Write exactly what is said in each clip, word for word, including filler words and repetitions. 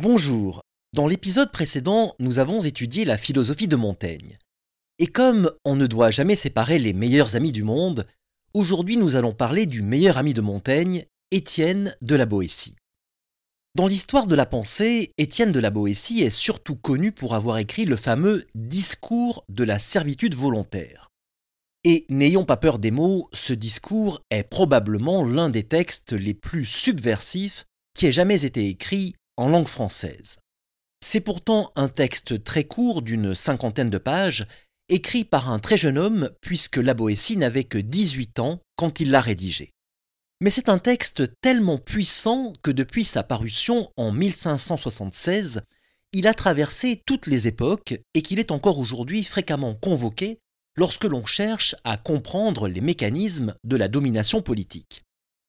Bonjour. Dans l'épisode précédent, nous avons étudié la philosophie de Montaigne. Et comme on ne doit jamais séparer les meilleurs amis du monde, aujourd'hui nous allons parler du meilleur ami de Montaigne, Étienne de la Boétie. Dans l'histoire de la pensée, Étienne de la Boétie est surtout connu pour avoir écrit le fameux « Discours de la servitude volontaire ». Et n'ayons pas peur des mots, ce discours est probablement l'un des textes les plus subversifs qui ait jamais été écrit en langue française. C'est pourtant un texte très court d'une cinquantaine de pages, écrit par un très jeune homme puisque la Boétie n'avait que dix-huit ans quand il l'a rédigé. Mais c'est un texte tellement puissant que depuis sa parution en mille cinq cent soixante-seize, il a traversé toutes les époques et qu'il est encore aujourd'hui fréquemment convoqué lorsque l'on cherche à comprendre les mécanismes de la domination politique.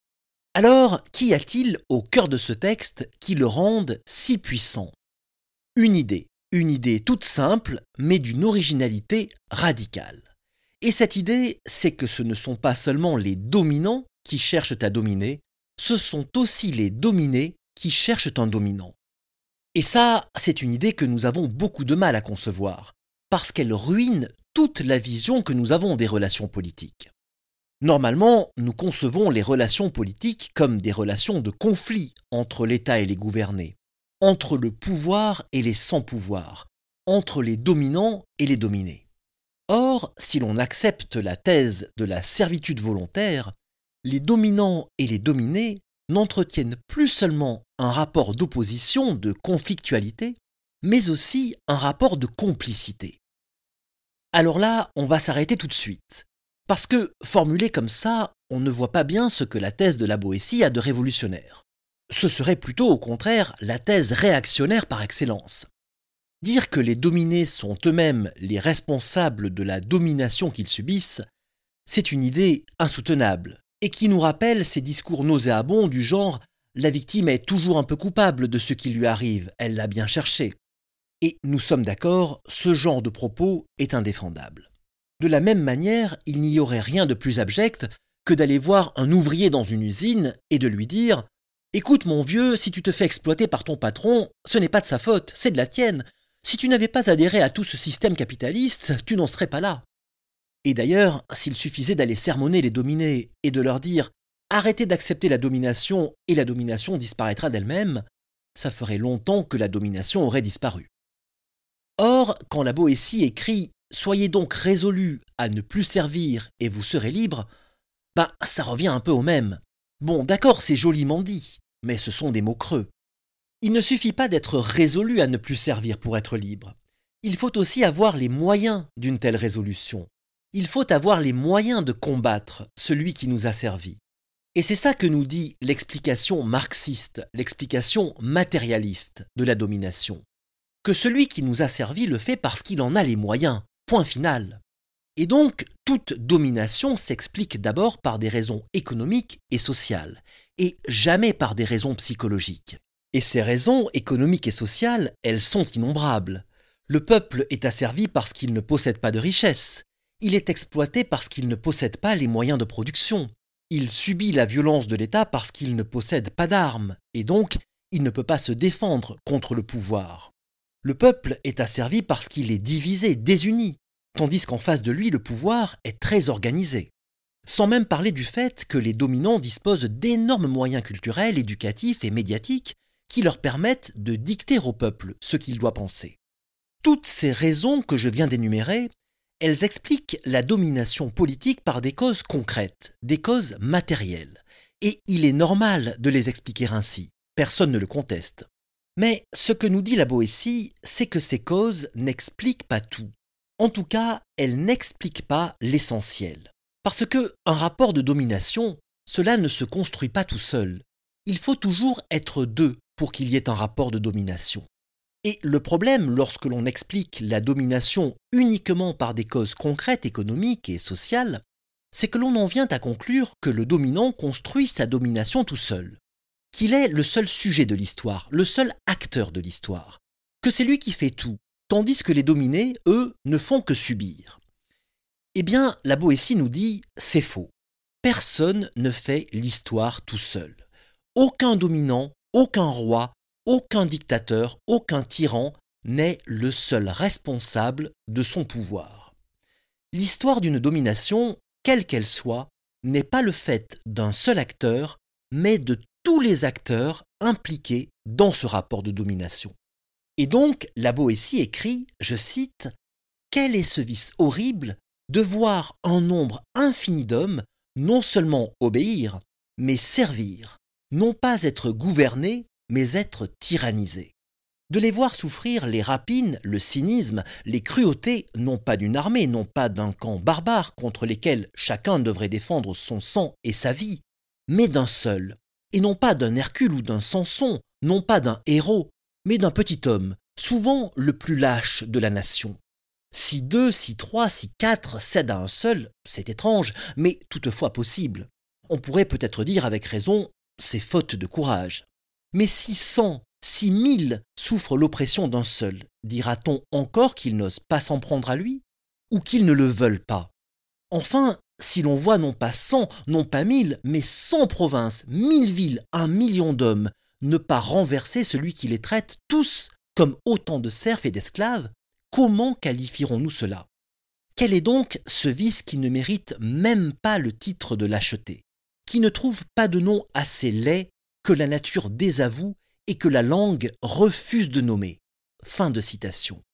Alors, qu'y a-t-il au cœur de ce texte qui le rende si puissant ? Une idée, une idée toute simple, mais d'une originalité radicale. Et cette idée, c'est que ce ne sont pas seulement les dominants qui cherchent à dominer, ce sont aussi les dominés qui cherchent un dominant. Et ça, c'est une idée que nous avons beaucoup de mal à concevoir, parce qu'elle ruine toute la vision que nous avons des relations politiques. Normalement, nous concevons les relations politiques comme des relations de conflit entre l'État et les gouvernés, entre le pouvoir et les sans-pouvoir, entre les dominants et les dominés. Or, si l'on accepte la thèse de la servitude volontaire, les dominants et les dominés n'entretiennent plus seulement un rapport d'opposition, de conflictualité, mais aussi un rapport de complicité. Alors là, on va s'arrêter tout de suite. Parce que, formulé comme ça, on ne voit pas bien ce que la thèse de la Boétie a de révolutionnaire. Ce serait plutôt, au contraire, la thèse réactionnaire par excellence. Dire que les dominés sont eux-mêmes les responsables de la domination qu'ils subissent, c'est une idée insoutenable, et qui nous rappelle ces discours nauséabonds du genre « la victime est toujours un peu coupable de ce qui lui arrive, elle l'a bien cherché ». Et nous sommes d'accord, ce genre de propos est indéfendable. De la même manière, il n'y aurait rien de plus abject que d'aller voir un ouvrier dans une usine et de lui dire « Écoute mon vieux, si tu te fais exploiter par ton patron, ce n'est pas de sa faute, c'est de la tienne. Si tu n'avais pas adhéré à tout ce système capitaliste, tu n'en serais pas là. » Et d'ailleurs, s'il suffisait d'aller sermonner les dominés et de leur dire « Arrêtez d'accepter la domination et la domination disparaîtra d'elle-même », ça ferait longtemps que la domination aurait disparu. Or, quand la Boétie écrit « Soyez donc résolus à ne plus servir et vous serez libres », bah ça revient un peu au même. Bon, d'accord, c'est joliment dit, mais ce sont des mots creux. Il ne suffit pas d'être résolu à ne plus servir pour être libre. Il faut aussi avoir les moyens d'une telle résolution. Il faut avoir les moyens de combattre celui qui nous a servi. Et c'est ça que nous dit l'explication marxiste, l'explication matérialiste de la domination. Que celui qui nous a servi le fait parce qu'il en a les moyens, point final. Et donc, toute domination s'explique d'abord par des raisons économiques et sociales, et jamais par des raisons psychologiques. Et ces raisons économiques et sociales, elles sont innombrables. Le peuple est asservi parce qu'il ne possède pas de richesse. Il est exploité parce qu'il ne possède pas les moyens de production. Il subit la violence de l'État parce qu'il ne possède pas d'armes, et donc il ne peut pas se défendre contre le pouvoir. Le peuple est asservi parce qu'il est divisé, désuni, tandis qu'en face de lui, le pouvoir est très organisé. Sans même parler du fait que les dominants disposent d'énormes moyens culturels, éducatifs et médiatiques qui leur permettent de dicter au peuple ce qu'il doit penser. Toutes ces raisons que je viens d'énumérer, elles expliquent la domination politique par des causes concrètes, des causes matérielles. Et il est normal de les expliquer ainsi, personne ne le conteste. Mais ce que nous dit la Boétie, c'est que ces causes n'expliquent pas tout. En tout cas, elles n'expliquent pas l'essentiel. Parce que un rapport de domination, cela ne se construit pas tout seul. Il faut toujours être deux pour qu'il y ait un rapport de domination. Et le problème, lorsque l'on explique la domination uniquement par des causes concrètes économiques et sociales, c'est que l'on en vient à conclure que le dominant construit sa domination tout seul. Qu'il est le seul sujet de l'histoire, le seul acteur de l'histoire, que c'est lui qui fait tout, tandis que les dominés, eux, ne font que subir. Eh bien, la Boétie nous dit « c'est faux. Personne ne fait l'histoire tout seul. Aucun dominant, aucun roi, aucun dictateur, aucun tyran n'est le seul responsable de son pouvoir. L'histoire d'une domination, quelle qu'elle soit, n'est pas le fait d'un seul acteur, mais de tous les acteurs impliqués dans ce rapport de domination. Et donc, la Boétie écrit, je cite, « Quel est ce vice horrible de voir un nombre infini d'hommes non seulement obéir, mais servir, non pas être gouvernés, mais être tyrannisés. De les voir souffrir les rapines, le cynisme, les cruautés, non pas d'une armée, non pas d'un camp barbare contre lesquels chacun devrait défendre son sang et sa vie, mais d'un seul, et non pas d'un Hercule ou d'un Samson, non pas d'un héros, mais d'un petit homme, souvent le plus lâche de la nation. Si deux, si trois, si quatre cèdent à un seul, c'est étrange, mais toutefois possible. On pourrait peut-être dire avec raison, c'est faute de courage. Mais si cent, si mille souffrent l'oppression d'un seul, dira-t-on encore qu'ils n'osent pas s'en prendre à lui, ou qu'ils ne le veulent pas? Enfin, si l'on voit non pas cent, non pas mille, mais cent provinces, mille villes, un million d'hommes, ne pas renverser celui qui les traite tous comme autant de serfs et d'esclaves, comment qualifierons-nous cela? Quel est donc ce vice qui ne mérite même pas le titre de lâcheté, qui ne trouve pas de nom assez laid que la nature désavoue et que la langue refuse de nommer? Fin de citation.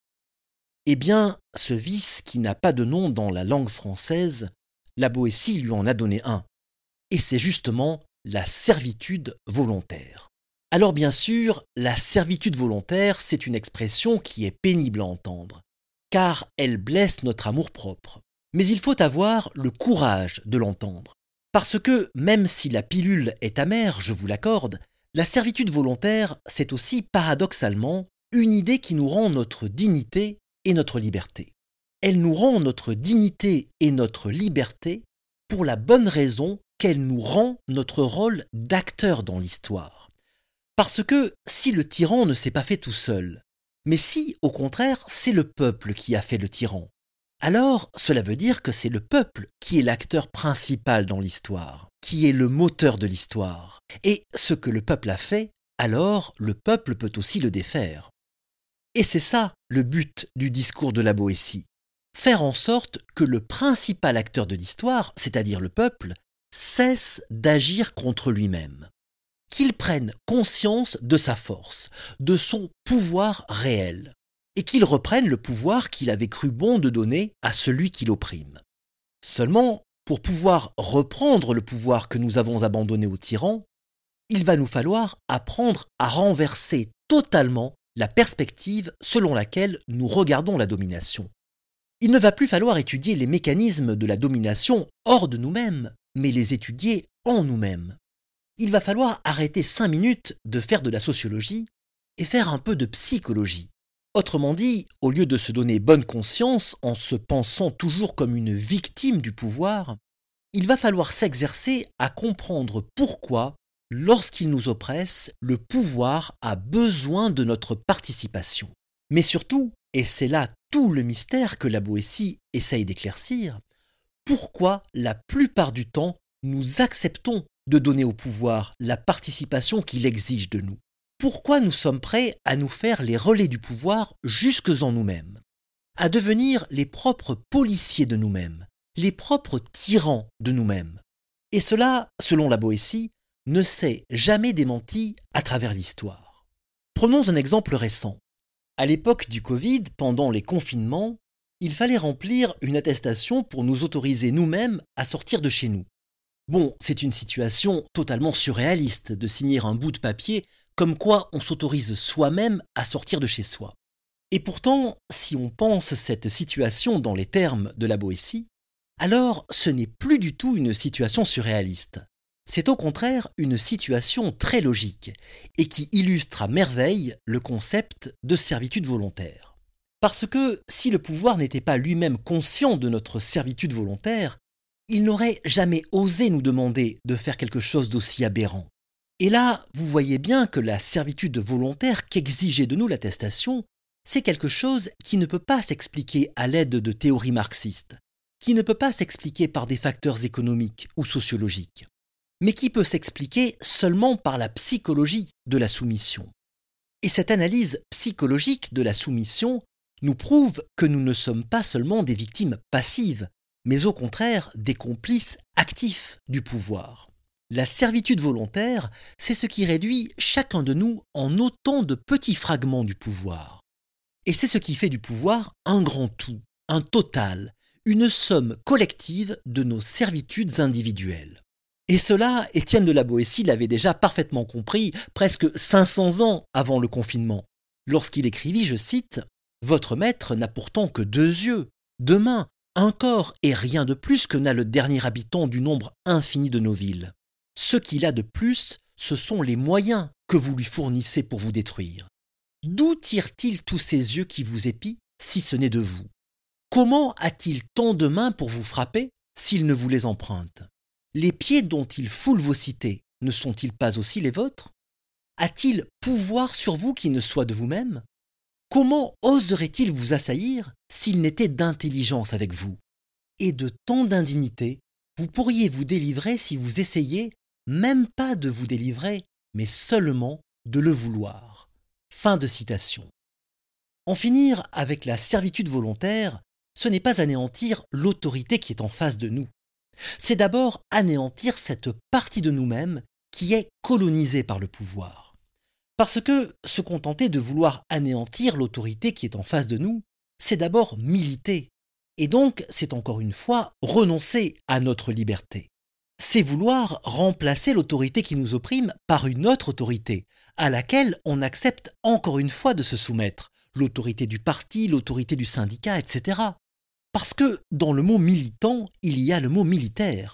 Eh bien, ce vice qui n'a pas de nom dans la langue française, la Boétie lui en a donné un. Et c'est justement la servitude volontaire. Alors bien sûr, la servitude volontaire, c'est une expression qui est pénible à entendre, car elle blesse notre amour-propre. Mais il faut avoir le courage de l'entendre. Parce que, même si la pilule est amère, je vous l'accorde, la servitude volontaire, c'est aussi paradoxalement une idée qui nous rend notre dignité et notre liberté. Elle nous rend notre dignité et notre liberté pour la bonne raison qu'elle nous rend notre rôle d'acteur dans l'histoire. Parce que si le tyran ne s'est pas fait tout seul, mais si, au contraire, c'est le peuple qui a fait le tyran, alors cela veut dire que c'est le peuple qui est l'acteur principal dans l'histoire, qui est le moteur de l'histoire. Et ce que le peuple a fait, alors le peuple peut aussi le défaire. Et c'est ça le but du discours de la Boétie. Faire en sorte que le principal acteur de l'histoire, c'est-à-dire le peuple, cesse d'agir contre lui-même. Qu'il prenne conscience de sa force, de son pouvoir réel, et qu'il reprenne le pouvoir qu'il avait cru bon de donner à celui qui l'opprime. Seulement, pour pouvoir reprendre le pouvoir que nous avons abandonné au tyran, il va nous falloir apprendre à renverser totalement la perspective selon laquelle nous regardons la domination. Il ne va plus falloir étudier les mécanismes de la domination hors de nous-mêmes, mais les étudier en nous-mêmes. Il va falloir arrêter cinq minutes de faire de la sociologie et faire un peu de psychologie. Autrement dit, au lieu de se donner bonne conscience en se pensant toujours comme une victime du pouvoir, il va falloir s'exercer à comprendre pourquoi, lorsqu'il nous oppresse, le pouvoir a besoin de notre participation. Mais surtout, et c'est là tout le mystère que la Boétie essaye d'éclaircir, pourquoi la plupart du temps nous acceptons de donner au pouvoir la participation qu'il exige de nous? Pourquoi nous sommes prêts à nous faire les relais du pouvoir jusque en nous-mêmes, à devenir les propres policiers de nous-mêmes, les propres tyrans de nous-mêmes? Et cela, selon la Boétie, ne s'est jamais démenti à travers l'histoire. Prenons un exemple récent. À l'époque du Covid, pendant les confinements, il fallait remplir une attestation pour nous autoriser nous-mêmes à sortir de chez nous. Bon, c'est une situation totalement surréaliste de signer un bout de papier comme quoi on s'autorise soi-même à sortir de chez soi. Et pourtant, si on pense cette situation dans les termes de la Boétie, alors ce n'est plus du tout une situation surréaliste. C'est au contraire une situation très logique et qui illustre à merveille le concept de servitude volontaire. Parce que si le pouvoir n'était pas lui-même conscient de notre servitude volontaire, il n'aurait jamais osé nous demander de faire quelque chose d'aussi aberrant. Et là, vous voyez bien que la servitude volontaire qu'exigeait de nous l'attestation, c'est quelque chose qui ne peut pas s'expliquer à l'aide de théories marxistes, qui ne peut pas s'expliquer par des facteurs économiques ou sociologiques, mais qui peut s'expliquer seulement par la psychologie de la soumission. Et cette analyse psychologique de la soumission nous prouve que nous ne sommes pas seulement des victimes passives, mais au contraire des complices actifs du pouvoir. La servitude volontaire, c'est ce qui réduit chacun de nous en autant de petits fragments du pouvoir. Et c'est ce qui fait du pouvoir un grand tout, un total, une somme collective de nos servitudes individuelles. Et cela, Étienne de la Boétie l'avait déjà parfaitement compris presque cinq cents ans avant le confinement, lorsqu'il écrivit, je cite, « Votre maître n'a pourtant que deux yeux, deux mains, un corps et rien de plus que n'a le dernier habitant du nombre infini de nos villes. Ce qu'il a de plus, ce sont les moyens que vous lui fournissez pour vous détruire. D'où tire-t-il tous ces yeux qui vous épient, si ce n'est de vous? Comment a-t-il tant de mains pour vous frapper s'il ne vous les emprunte? Les pieds dont il foule vos cités, ne sont-ils pas aussi les vôtres? A-t-il pouvoir sur vous qui ne soit de vous-même? Comment oserait-il vous assaillir s'il n'était d'intelligence avec vous? Et de tant d'indignité, vous pourriez vous délivrer si vous essayiez, même pas de vous délivrer, mais seulement de le vouloir. » Fin de citation. En finir avec la servitude volontaire, ce n'est pas anéantir l'autorité qui est en face de nous. C'est d'abord anéantir cette partie de nous-mêmes qui est colonisée par le pouvoir. Parce que se contenter de vouloir anéantir l'autorité qui est en face de nous, c'est d'abord militer. Et donc, c'est encore une fois renoncer à notre liberté. C'est vouloir remplacer l'autorité qui nous opprime par une autre autorité, à laquelle on accepte encore une fois de se soumettre, l'autorité du parti, l'autorité du syndicat, et cetera. Parce que dans le mot militant, il y a le mot militaire.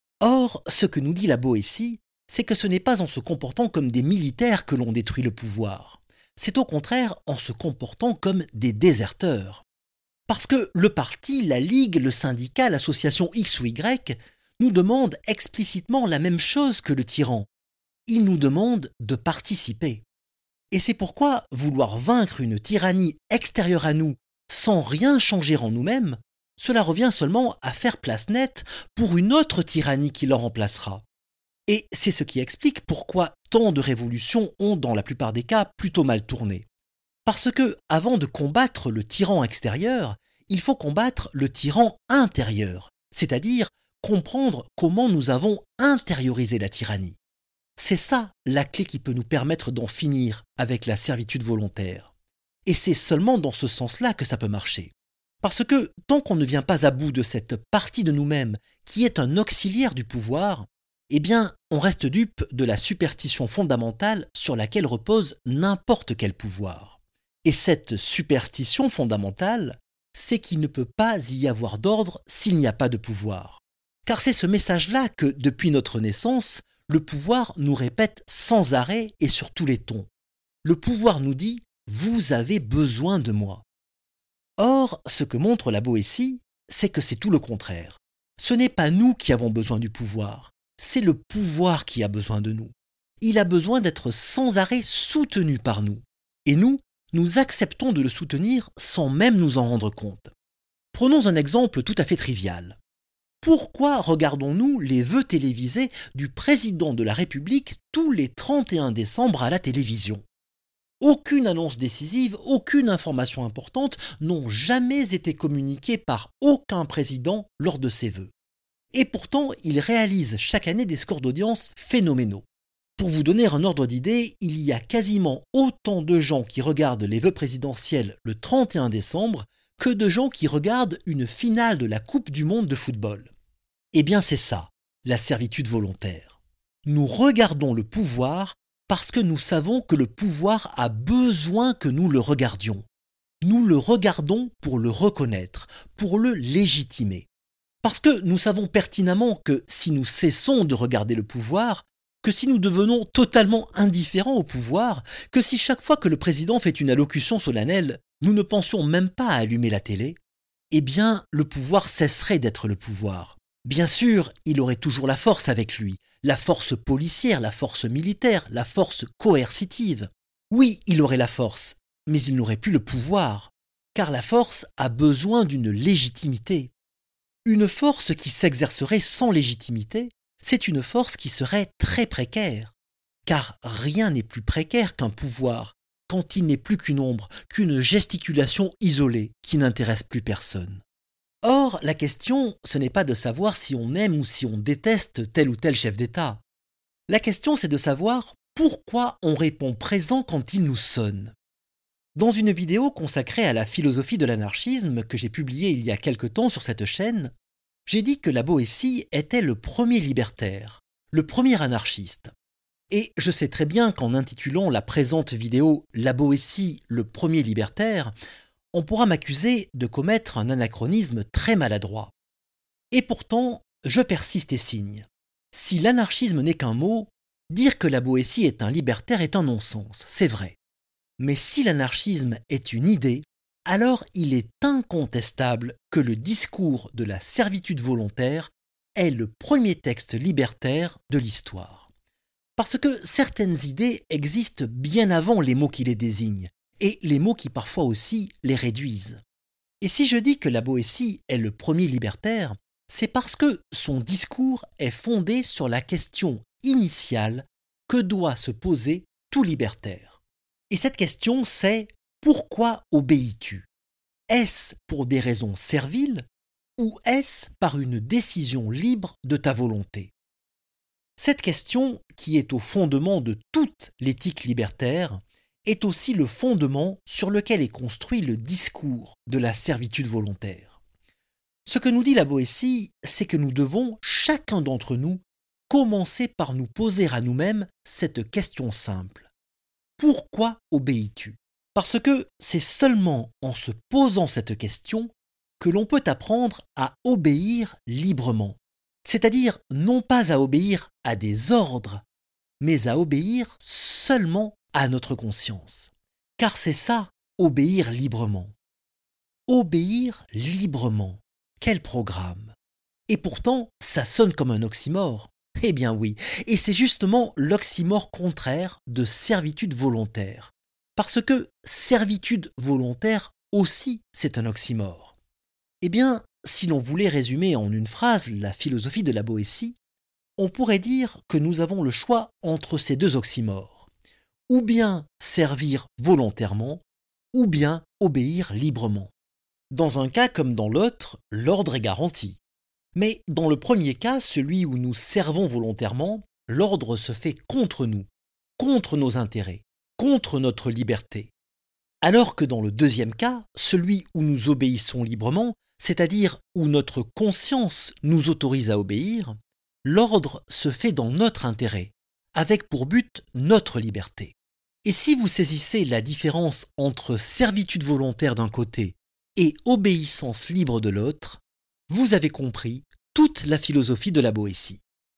Or, ce que nous dit la Boétie, c'est que ce n'est pas en se comportant comme des militaires que l'on détruit le pouvoir. C'est au contraire en se comportant comme des déserteurs. Parce que le parti, la ligue, le syndicat, l'association X ou Y nous demandent explicitement la même chose que le tyran. Ils nous demandent de participer. Et c'est pourquoi vouloir vaincre une tyrannie extérieure à nous sans rien changer en nous-mêmes, cela revient seulement à faire place nette pour une autre tyrannie qui la remplacera. Et c'est ce qui explique pourquoi tant de révolutions ont, dans la plupart des cas, plutôt mal tourné. Parce que, avant de combattre le tyran extérieur, il faut combattre le tyran intérieur, c'est-à-dire comprendre comment nous avons intériorisé la tyrannie. C'est ça la clé qui peut nous permettre d'en finir avec la servitude volontaire. Et c'est seulement dans ce sens-là que ça peut marcher. Parce que tant qu'on ne vient pas à bout de cette partie de nous-mêmes qui est un auxiliaire du pouvoir, eh bien, on reste dupe de la superstition fondamentale sur laquelle repose n'importe quel pouvoir. Et cette superstition fondamentale, c'est qu'il ne peut pas y avoir d'ordre s'il n'y a pas de pouvoir. Car c'est ce message-là que, depuis notre naissance, le pouvoir nous répète sans arrêt et sur tous les tons. Le pouvoir nous dit « Vous avez besoin de moi ». Or, ce que montre la Boétie, c'est que c'est tout le contraire. Ce n'est pas nous qui avons besoin du pouvoir, c'est le pouvoir qui a besoin de nous. Il a besoin d'être sans arrêt soutenu par nous. Et nous, nous acceptons de le soutenir sans même nous en rendre compte. Prenons un exemple tout à fait trivial. Pourquoi regardons-nous les vœux télévisés du président de la République tous les trente et un décembre à la télévision ? Aucune annonce décisive, aucune information importante n'ont jamais été communiquées par aucun président lors de ces vœux. Et pourtant, il réalise chaque année des scores d'audience phénoménaux. Pour vous donner un ordre d'idée, il y a quasiment autant de gens qui regardent les vœux présidentiels le trente et un décembre que de gens qui regardent une finale de la Coupe du Monde de football. Eh bien, c'est ça, la servitude volontaire. Nous regardons le pouvoir parce que nous savons que le pouvoir a besoin que nous le regardions. Nous le regardons pour le reconnaître, pour le légitimer. Parce que nous savons pertinemment que si nous cessons de regarder le pouvoir, que si nous devenons totalement indifférents au pouvoir, que si chaque fois que le président fait une allocution solennelle, nous ne pensions même pas à allumer la télé, eh bien, le pouvoir cesserait d'être le pouvoir. Bien sûr, il aurait toujours la force avec lui, la force policière, la force militaire, la force coercitive. Oui, il aurait la force, mais il n'aurait plus le pouvoir, car la force a besoin d'une légitimité. Une force qui s'exercerait sans légitimité, c'est une force qui serait très précaire, car rien n'est plus précaire qu'un pouvoir, quand il n'est plus qu'une ombre, qu'une gesticulation isolée qui n'intéresse plus personne. Or, la question, ce n'est pas de savoir si on aime ou si on déteste tel ou tel chef d'État. La question, c'est de savoir pourquoi on répond présent quand il nous sonne. Dans une vidéo consacrée à la philosophie de l'anarchisme que j'ai publiée il y a quelque temps sur cette chaîne, j'ai dit que la Boétie était le premier libertaire, le premier anarchiste. Et je sais très bien qu'en intitulant la présente vidéo « La Boétie, le premier libertaire », on pourra m'accuser de commettre un anachronisme très maladroit. Et pourtant, je persiste et signe. Si l'anarchisme n'est qu'un mot, dire que la Boétie est un libertaire est un non-sens, c'est vrai. Mais si l'anarchisme est une idée, alors il est incontestable que le discours de la servitude volontaire est le premier texte libertaire de l'histoire. Parce que certaines idées existent bien avant les mots qui les désignent, et les mots qui parfois aussi les réduisent. Et si je dis que la Boétie est le premier libertaire, c'est parce que son discours est fondé sur la question initiale que doit se poser tout libertaire. Et cette question, c'est « Pourquoi obéis-tu ? Est-ce pour des raisons serviles ou est-ce par une décision libre de ta volonté ?» Cette question, qui est au fondement de toute l'éthique libertaire, est aussi le fondement sur lequel est construit le discours de la servitude volontaire. Ce que nous dit la Boétie, c'est que nous devons, chacun d'entre nous, commencer par nous poser à nous-mêmes cette question simple. Pourquoi obéis-tu ? Parce que c'est seulement en se posant cette question que l'on peut apprendre à obéir librement. C'est-à-dire non pas à obéir à des ordres, mais à obéir seulement à notre conscience. Car c'est ça, obéir librement. Obéir librement. Quel programme! Et pourtant, ça sonne comme un oxymore. Eh bien oui, et c'est justement l'oxymore contraire de servitude volontaire. Parce que servitude volontaire aussi, c'est un oxymore. Eh bien, si l'on voulait résumer en une phrase la philosophie de la Boétie, on pourrait dire que nous avons le choix entre ces deux oxymores. Ou bien servir volontairement, ou bien obéir librement. Dans un cas comme dans l'autre, l'ordre est garanti. Mais dans le premier cas, celui où nous servons volontairement, l'ordre se fait contre nous, contre nos intérêts, contre notre liberté. Alors que dans le deuxième cas, celui où nous obéissons librement, c'est-à-dire où notre conscience nous autorise à obéir, l'ordre se fait dans notre intérêt, avec pour but notre liberté. Et si vous saisissez la différence entre servitude volontaire d'un côté et obéissance libre de l'autre, vous avez compris toute la philosophie de la Boétie.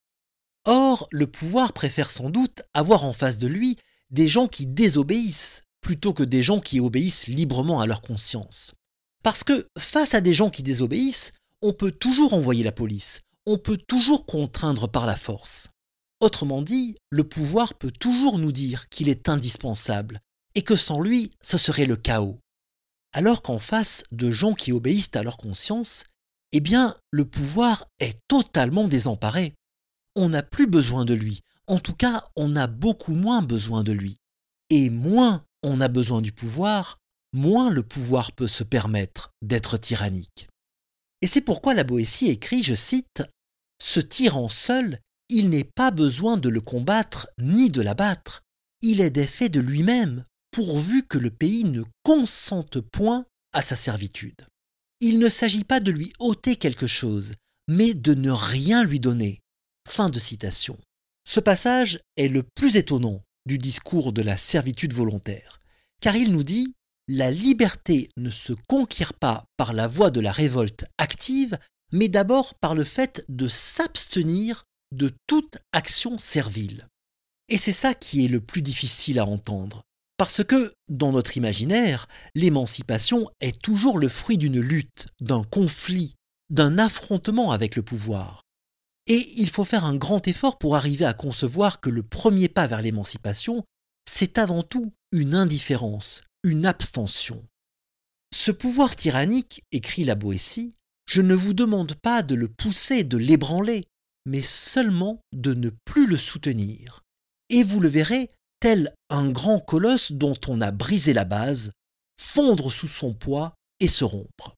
Or, le pouvoir préfère sans doute avoir en face de lui des gens qui désobéissent plutôt que des gens qui obéissent librement à leur conscience. Parce que face à des gens qui désobéissent, on peut toujours envoyer la police, on peut toujours contraindre par la force. Autrement dit, le pouvoir peut toujours nous dire qu'il est indispensable et que sans lui, ce serait le chaos. Alors qu'en face de gens qui obéissent à leur conscience, eh bien, le pouvoir est totalement désemparé. On n'a plus besoin de lui. En tout cas, on a beaucoup moins besoin de lui. Et moins on a besoin du pouvoir, moins le pouvoir peut se permettre d'être tyrannique. Et c'est pourquoi la Boétie écrit, je cite, « Ce tyran seul, il n'est pas besoin de le combattre ni de l'abattre. Il est des faits de lui-même, pourvu que le pays ne consente point à sa servitude. Il ne s'agit pas de lui ôter quelque chose, mais de ne rien lui donner. » Fin de citation. Ce passage est le plus étonnant du discours de la servitude volontaire, car il nous dit « La liberté ne se conquiert pas par la voie de la révolte active, mais d'abord par le fait de s'abstenir de toute action servile. » Et c'est ça qui est le plus difficile à entendre, parce que, dans notre imaginaire, l'émancipation est toujours le fruit d'une lutte, d'un conflit, d'un affrontement avec le pouvoir. Et il faut faire un grand effort pour arriver à concevoir que le premier pas vers l'émancipation, c'est avant tout une indifférence, une abstention. Ce pouvoir tyrannique, écrit la Boétie, je ne vous demande pas de le pousser, de l'ébranler, mais seulement de ne plus le soutenir. Et vous le verrez, tel un grand colosse dont on a brisé la base, fondre sous son poids et se rompre.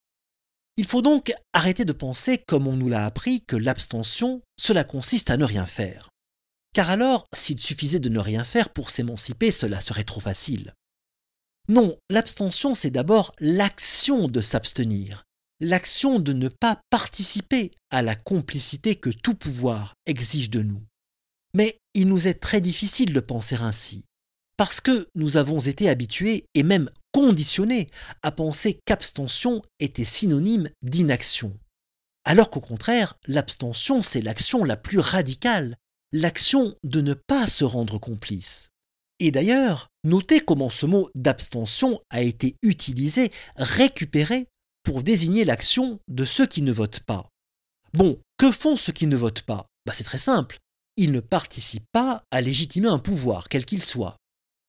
Il faut donc arrêter de penser, comme on nous l'a appris, que l'abstention, cela consiste à ne rien faire. Car alors, s'il suffisait de ne rien faire pour s'émanciper, cela serait trop facile. Non, l'abstention, c'est d'abord l'action de s'abstenir, l'action de ne pas participer à la complicité que tout pouvoir exige de nous. Mais il nous est très difficile de penser ainsi, parce que nous avons été habitués et même conditionnés à penser qu'abstention était synonyme d'inaction. Alors qu'au contraire, l'abstention, c'est l'action la plus radicale, l'action de ne pas se rendre complice. Et d'ailleurs, notez comment ce mot d'abstention a été utilisé, récupéré, pour désigner l'action de ceux qui ne votent pas. Bon, que font ceux qui ne votent pas ? Bah, c'est très simple, ils ne participent pas à légitimer un pouvoir, quel qu'il soit.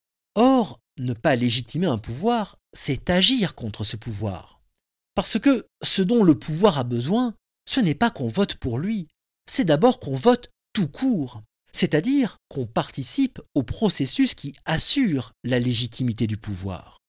Or, ne pas légitimer un pouvoir, c'est agir contre ce pouvoir. Parce que ce dont le pouvoir a besoin, ce n'est pas qu'on vote pour lui, c'est d'abord qu'on vote tout court, c'est-à-dire qu'on participe au processus qui assure la légitimité du pouvoir.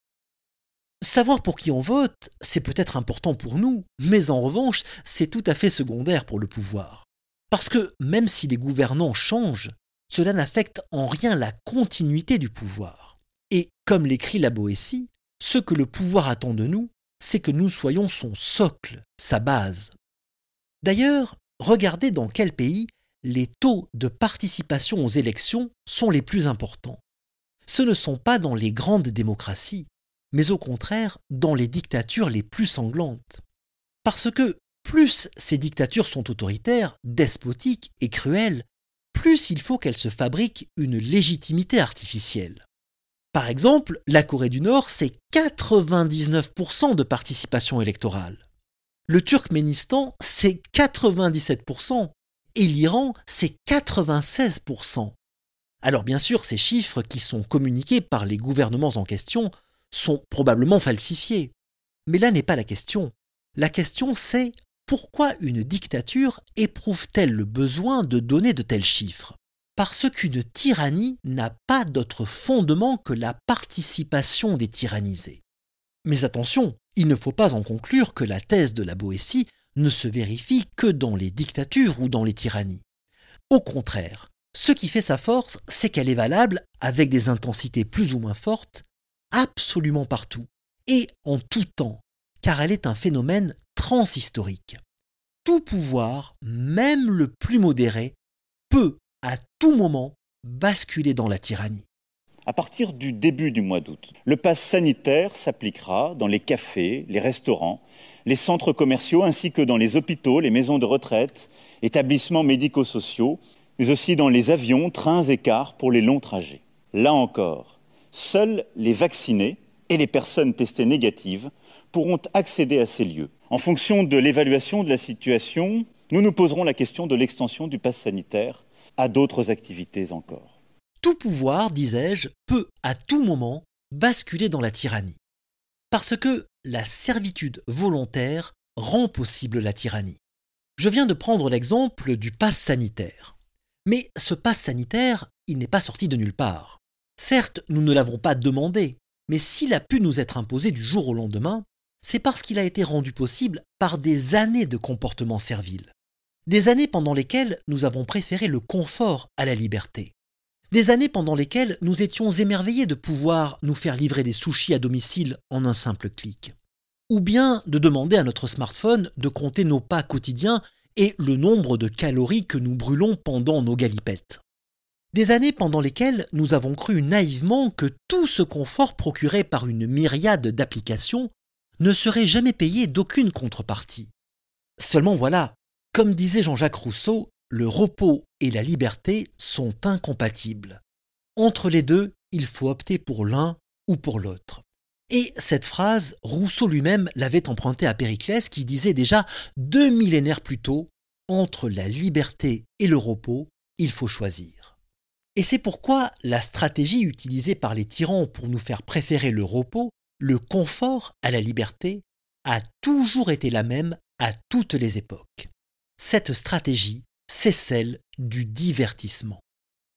Savoir pour qui on vote, c'est peut-être important pour nous, mais en revanche, c'est tout à fait secondaire pour le pouvoir. Parce que même si les gouvernants changent, cela n'affecte en rien la continuité du pouvoir. Et comme l'écrit la Boétie, ce que le pouvoir attend de nous, c'est que nous soyons son socle, sa base. D'ailleurs, regardez dans quel pays les taux de participation aux élections sont les plus importants. Ce ne sont pas dans les grandes démocraties, mais au contraire dans les dictatures les plus sanglantes. Parce que plus ces dictatures sont autoritaires, despotiques et cruelles, plus il faut qu'elles se fabriquent une légitimité artificielle. Par exemple, la Corée du Nord, c'est quatre-vingt-dix-neuf pour cent de participation électorale. Le Turkménistan, c'est quatre-vingt-dix-sept pour cent. Et l'Iran, c'est quatre-vingt-seize pour cent. Alors bien sûr, ces chiffres qui sont communiqués par les gouvernements en question sont probablement falsifiés. Mais là n'est pas la question. La question c'est pourquoi une dictature éprouve-t-elle le besoin de donner de tels chiffres ? Parce qu'une tyrannie n'a pas d'autre fondement que la participation des tyrannisés. Mais attention, il ne faut pas en conclure que la thèse de la Boétie ne se vérifie que dans les dictatures ou dans les tyrannies. Au contraire, ce qui fait sa force, c'est qu'elle est valable, avec des intensités plus ou moins fortes, absolument partout, et en tout temps, car elle est un phénomène transhistorique. Tout pouvoir, même le plus modéré, peut, à tout moment, basculer dans la tyrannie. À partir du début du mois d'août, le pass sanitaire s'appliquera dans les cafés, les restaurants, les centres commerciaux ainsi que dans les hôpitaux, les maisons de retraite, établissements médico-sociaux, mais aussi dans les avions, trains et cars pour les longs trajets. Là encore, seuls les vaccinés et les personnes testées négatives pourront accéder à ces lieux. En fonction de l'évaluation de la situation, nous nous poserons la question de l'extension du pass sanitaire à d'autres activités encore. Tout pouvoir, disais-je, peut à tout moment basculer dans la tyrannie. Parce que la servitude volontaire rend possible la tyrannie. Je viens de prendre l'exemple du pass sanitaire. Mais ce pass sanitaire, il n'est pas sorti de nulle part. Certes, nous ne l'avons pas demandé, mais s'il a pu nous être imposé du jour au lendemain, c'est parce qu'il a été rendu possible par des années de comportement servile. Des années pendant lesquelles nous avons préféré le confort à la liberté. Des années pendant lesquelles nous étions émerveillés de pouvoir nous faire livrer des sushis à domicile en un simple clic. Ou bien de demander à notre smartphone de compter nos pas quotidiens et le nombre de calories que nous brûlons pendant nos galipettes. Des années pendant lesquelles nous avons cru naïvement que tout ce confort procuré par une myriade d'applications ne serait jamais payé d'aucune contrepartie. Seulement voilà, comme disait Jean-Jacques Rousseau, le repos et la liberté sont incompatibles. Entre les deux, il faut opter pour l'un ou pour l'autre. Et cette phrase, Rousseau lui-même l'avait empruntée à Périclès qui disait déjà deux millénaires plus tôt « Entre la liberté et le repos, il faut choisir ». Et c'est pourquoi la stratégie utilisée par les tyrans pour nous faire préférer le repos, le confort à la liberté, a toujours été la même à toutes les époques. Cette stratégie, c'est celle du divertissement.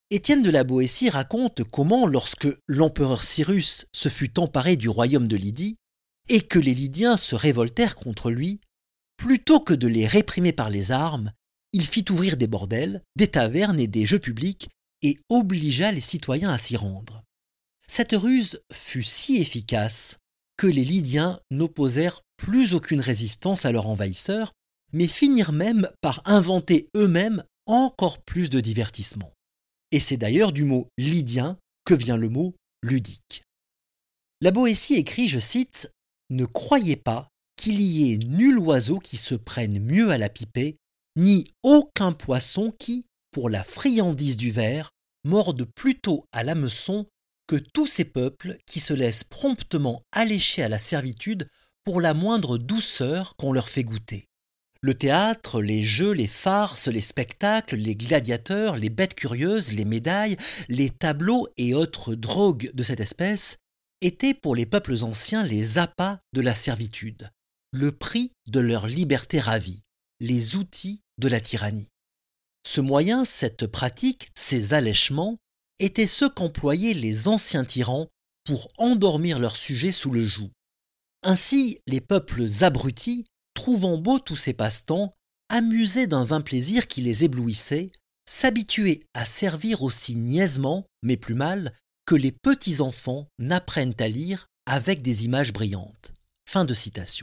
Étienne de la Boétie raconte comment, lorsque l'empereur Cyrus se fut emparé du royaume de Lydie et que les Lydiens se révoltèrent contre lui, plutôt que de les réprimer par les armes, il fit ouvrir des bordels, des tavernes et des jeux publics et obligea les citoyens à s'y rendre. Cette ruse fut si efficace que les Lydiens n'opposèrent plus aucune résistance à leur envahisseur, mais finirent même par inventer eux-mêmes encore plus de divertissements. Et c'est d'ailleurs du mot « lydien » que vient le mot « ludique ». La Boétie écrit, je cite, « Ne croyez pas qu'il y ait nul oiseau qui se prenne mieux à la pipée, ni aucun poisson qui, pour la friandise du ver, morde plutôt à l'hameçon que tous ces peuples qui se laissent promptement allécher à la servitude pour la moindre douceur qu'on leur fait goûter. Le théâtre, les jeux, les farces, les spectacles, les gladiateurs, les bêtes curieuses, les médailles, les tableaux et autres drogues de cette espèce étaient pour les peuples anciens les appâts de la servitude, le prix de leur liberté ravie, les outils de la tyrannie. Ce moyen, cette pratique, ces allèchements, étaient ceux qu'employaient les anciens tyrans pour endormir leurs sujets sous le joug. Ainsi, les peuples abrutis, trouvant beaux tous ces passe-temps, amusés d'un vain plaisir qui les éblouissait, s'habituaient à servir aussi niaisement, mais plus mal, que les petits enfants n'apprennent à lire avec des images brillantes. Fin de citation.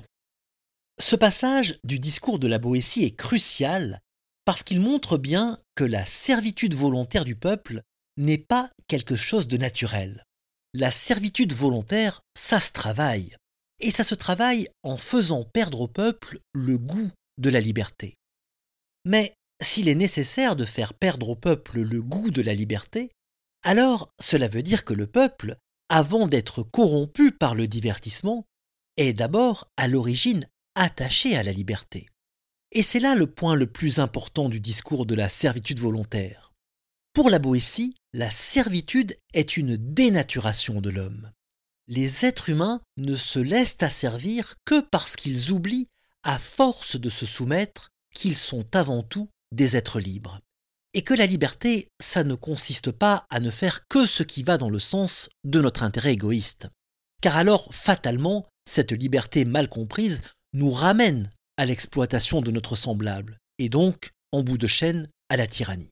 Ce passage du discours de la Boétie est crucial parce qu'il montre bien que la servitude volontaire du peuple n'est pas quelque chose de naturel. La servitude volontaire, ça se travaille. Et ça se travaille en faisant perdre au peuple le goût de la liberté. Mais s'il est nécessaire de faire perdre au peuple le goût de la liberté, alors cela veut dire que le peuple, avant d'être corrompu par le divertissement, est d'abord à l'origine attaché à la liberté. Et c'est là le point le plus important du discours de la servitude volontaire. Pour la Boétie, la servitude est une dénaturation de l'homme. Les êtres humains ne se laissent asservir que parce qu'ils oublient, à force de se soumettre, qu'ils sont avant tout des êtres libres. Et que la liberté, ça ne consiste pas à ne faire que ce qui va dans le sens de notre intérêt égoïste. Car alors, fatalement, cette liberté mal comprise nous ramène à l'exploitation de notre semblable, et donc, en bout de chaîne, à la tyrannie.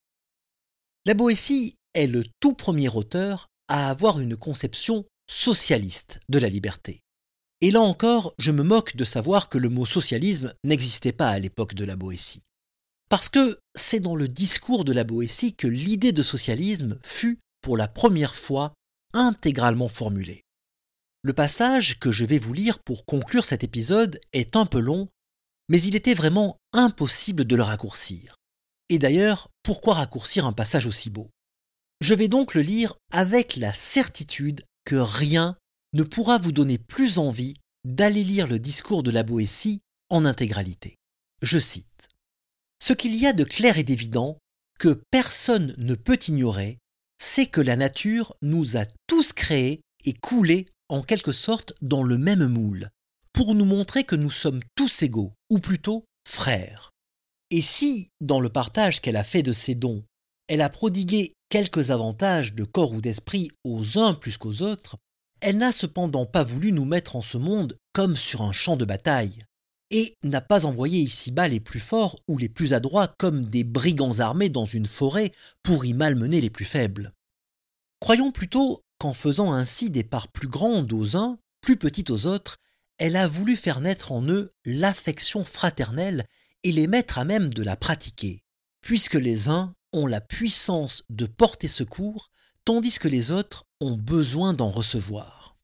La Boétie est le tout premier auteur à avoir une conception socialiste de la liberté. Et là encore, je me moque de savoir que le mot socialisme n'existait pas à l'époque de la Boétie. Parce que c'est dans le discours de la Boétie que l'idée de socialisme fut, pour la première fois, intégralement formulée. Le passage que je vais vous lire pour conclure cet épisode est un peu long, mais il était vraiment impossible de le raccourcir. Et d'ailleurs, pourquoi raccourcir un passage aussi beau ? Je vais donc le lire avec la certitude que rien ne pourra vous donner plus envie d'aller lire le discours de la Boétie en intégralité. Je cite. « Ce qu'il y a de clair et d'évident, que personne ne peut ignorer, c'est que la nature nous a tous créés et coulés en quelque sorte dans le même moule, pour nous montrer que nous sommes tous égaux, ou plutôt frères. Et si, dans le partage qu'elle a fait de ses dons, elle a prodigué quelques avantages de corps ou d'esprit aux uns plus qu'aux autres, elle n'a cependant pas voulu nous mettre en ce monde comme sur un champ de bataille, et n'a pas envoyé ici-bas les plus forts ou les plus adroits comme des brigands armés dans une forêt pour y malmener les plus faibles. Croyons plutôt qu'en faisant ainsi des parts plus grandes aux uns, plus petites aux autres, elle a voulu faire naître en eux l'affection fraternelle et les mettre à même de la pratiquer, puisque les uns ont la puissance de porter secours, tandis que les autres ont besoin d'en recevoir.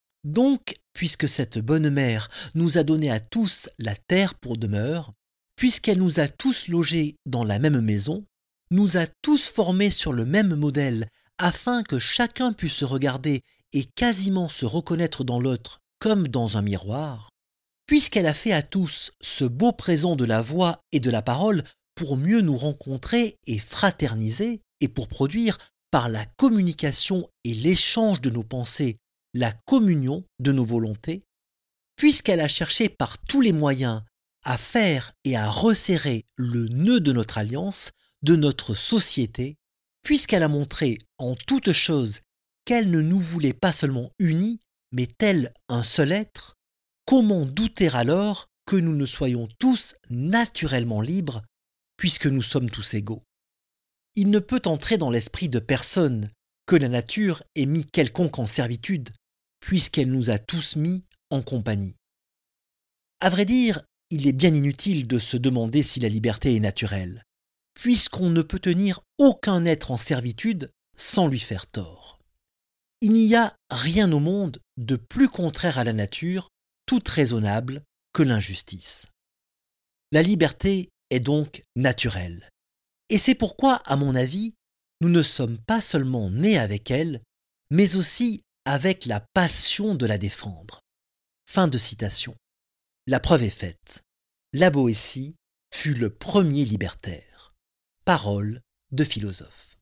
Donc, puisque cette bonne mère nous a donné à tous la terre pour demeure, puisqu'elle nous a tous logés dans la même maison, nous a tous formés sur le même modèle, afin que chacun puisse se regarder et quasiment se reconnaître dans l'autre comme dans un miroir, puisqu'elle a fait à tous ce beau présent de la voix et de la parole pour mieux nous rencontrer et fraterniser, et pour produire, par la communication et l'échange de nos pensées, la communion de nos volontés, puisqu'elle a cherché par tous les moyens à faire et à resserrer le nœud de notre alliance, de notre société, puisqu'elle a montré en toute chose qu'elle ne nous voulait pas seulement unis, mais tel un seul être, comment douter alors que nous ne soyons tous naturellement libres, puisque nous sommes tous égaux? Il ne peut entrer dans l'esprit de personne que la nature ait mis quelconque en servitude, puisqu'elle nous a tous mis en compagnie. À vrai dire, il est bien inutile de se demander si la liberté est naturelle, puisqu'on ne peut tenir aucun être en servitude sans lui faire tort. Il n'y a rien au monde de plus contraire à la nature, toute raisonnable, que l'injustice. La liberté est donc naturelle. Et c'est pourquoi, à mon avis, nous ne sommes pas seulement nés avec elle, mais aussi avec la passion de la défendre. Fin de citation. La preuve est faite. La Boétie fut le premier libertaire. Parole de philosophe.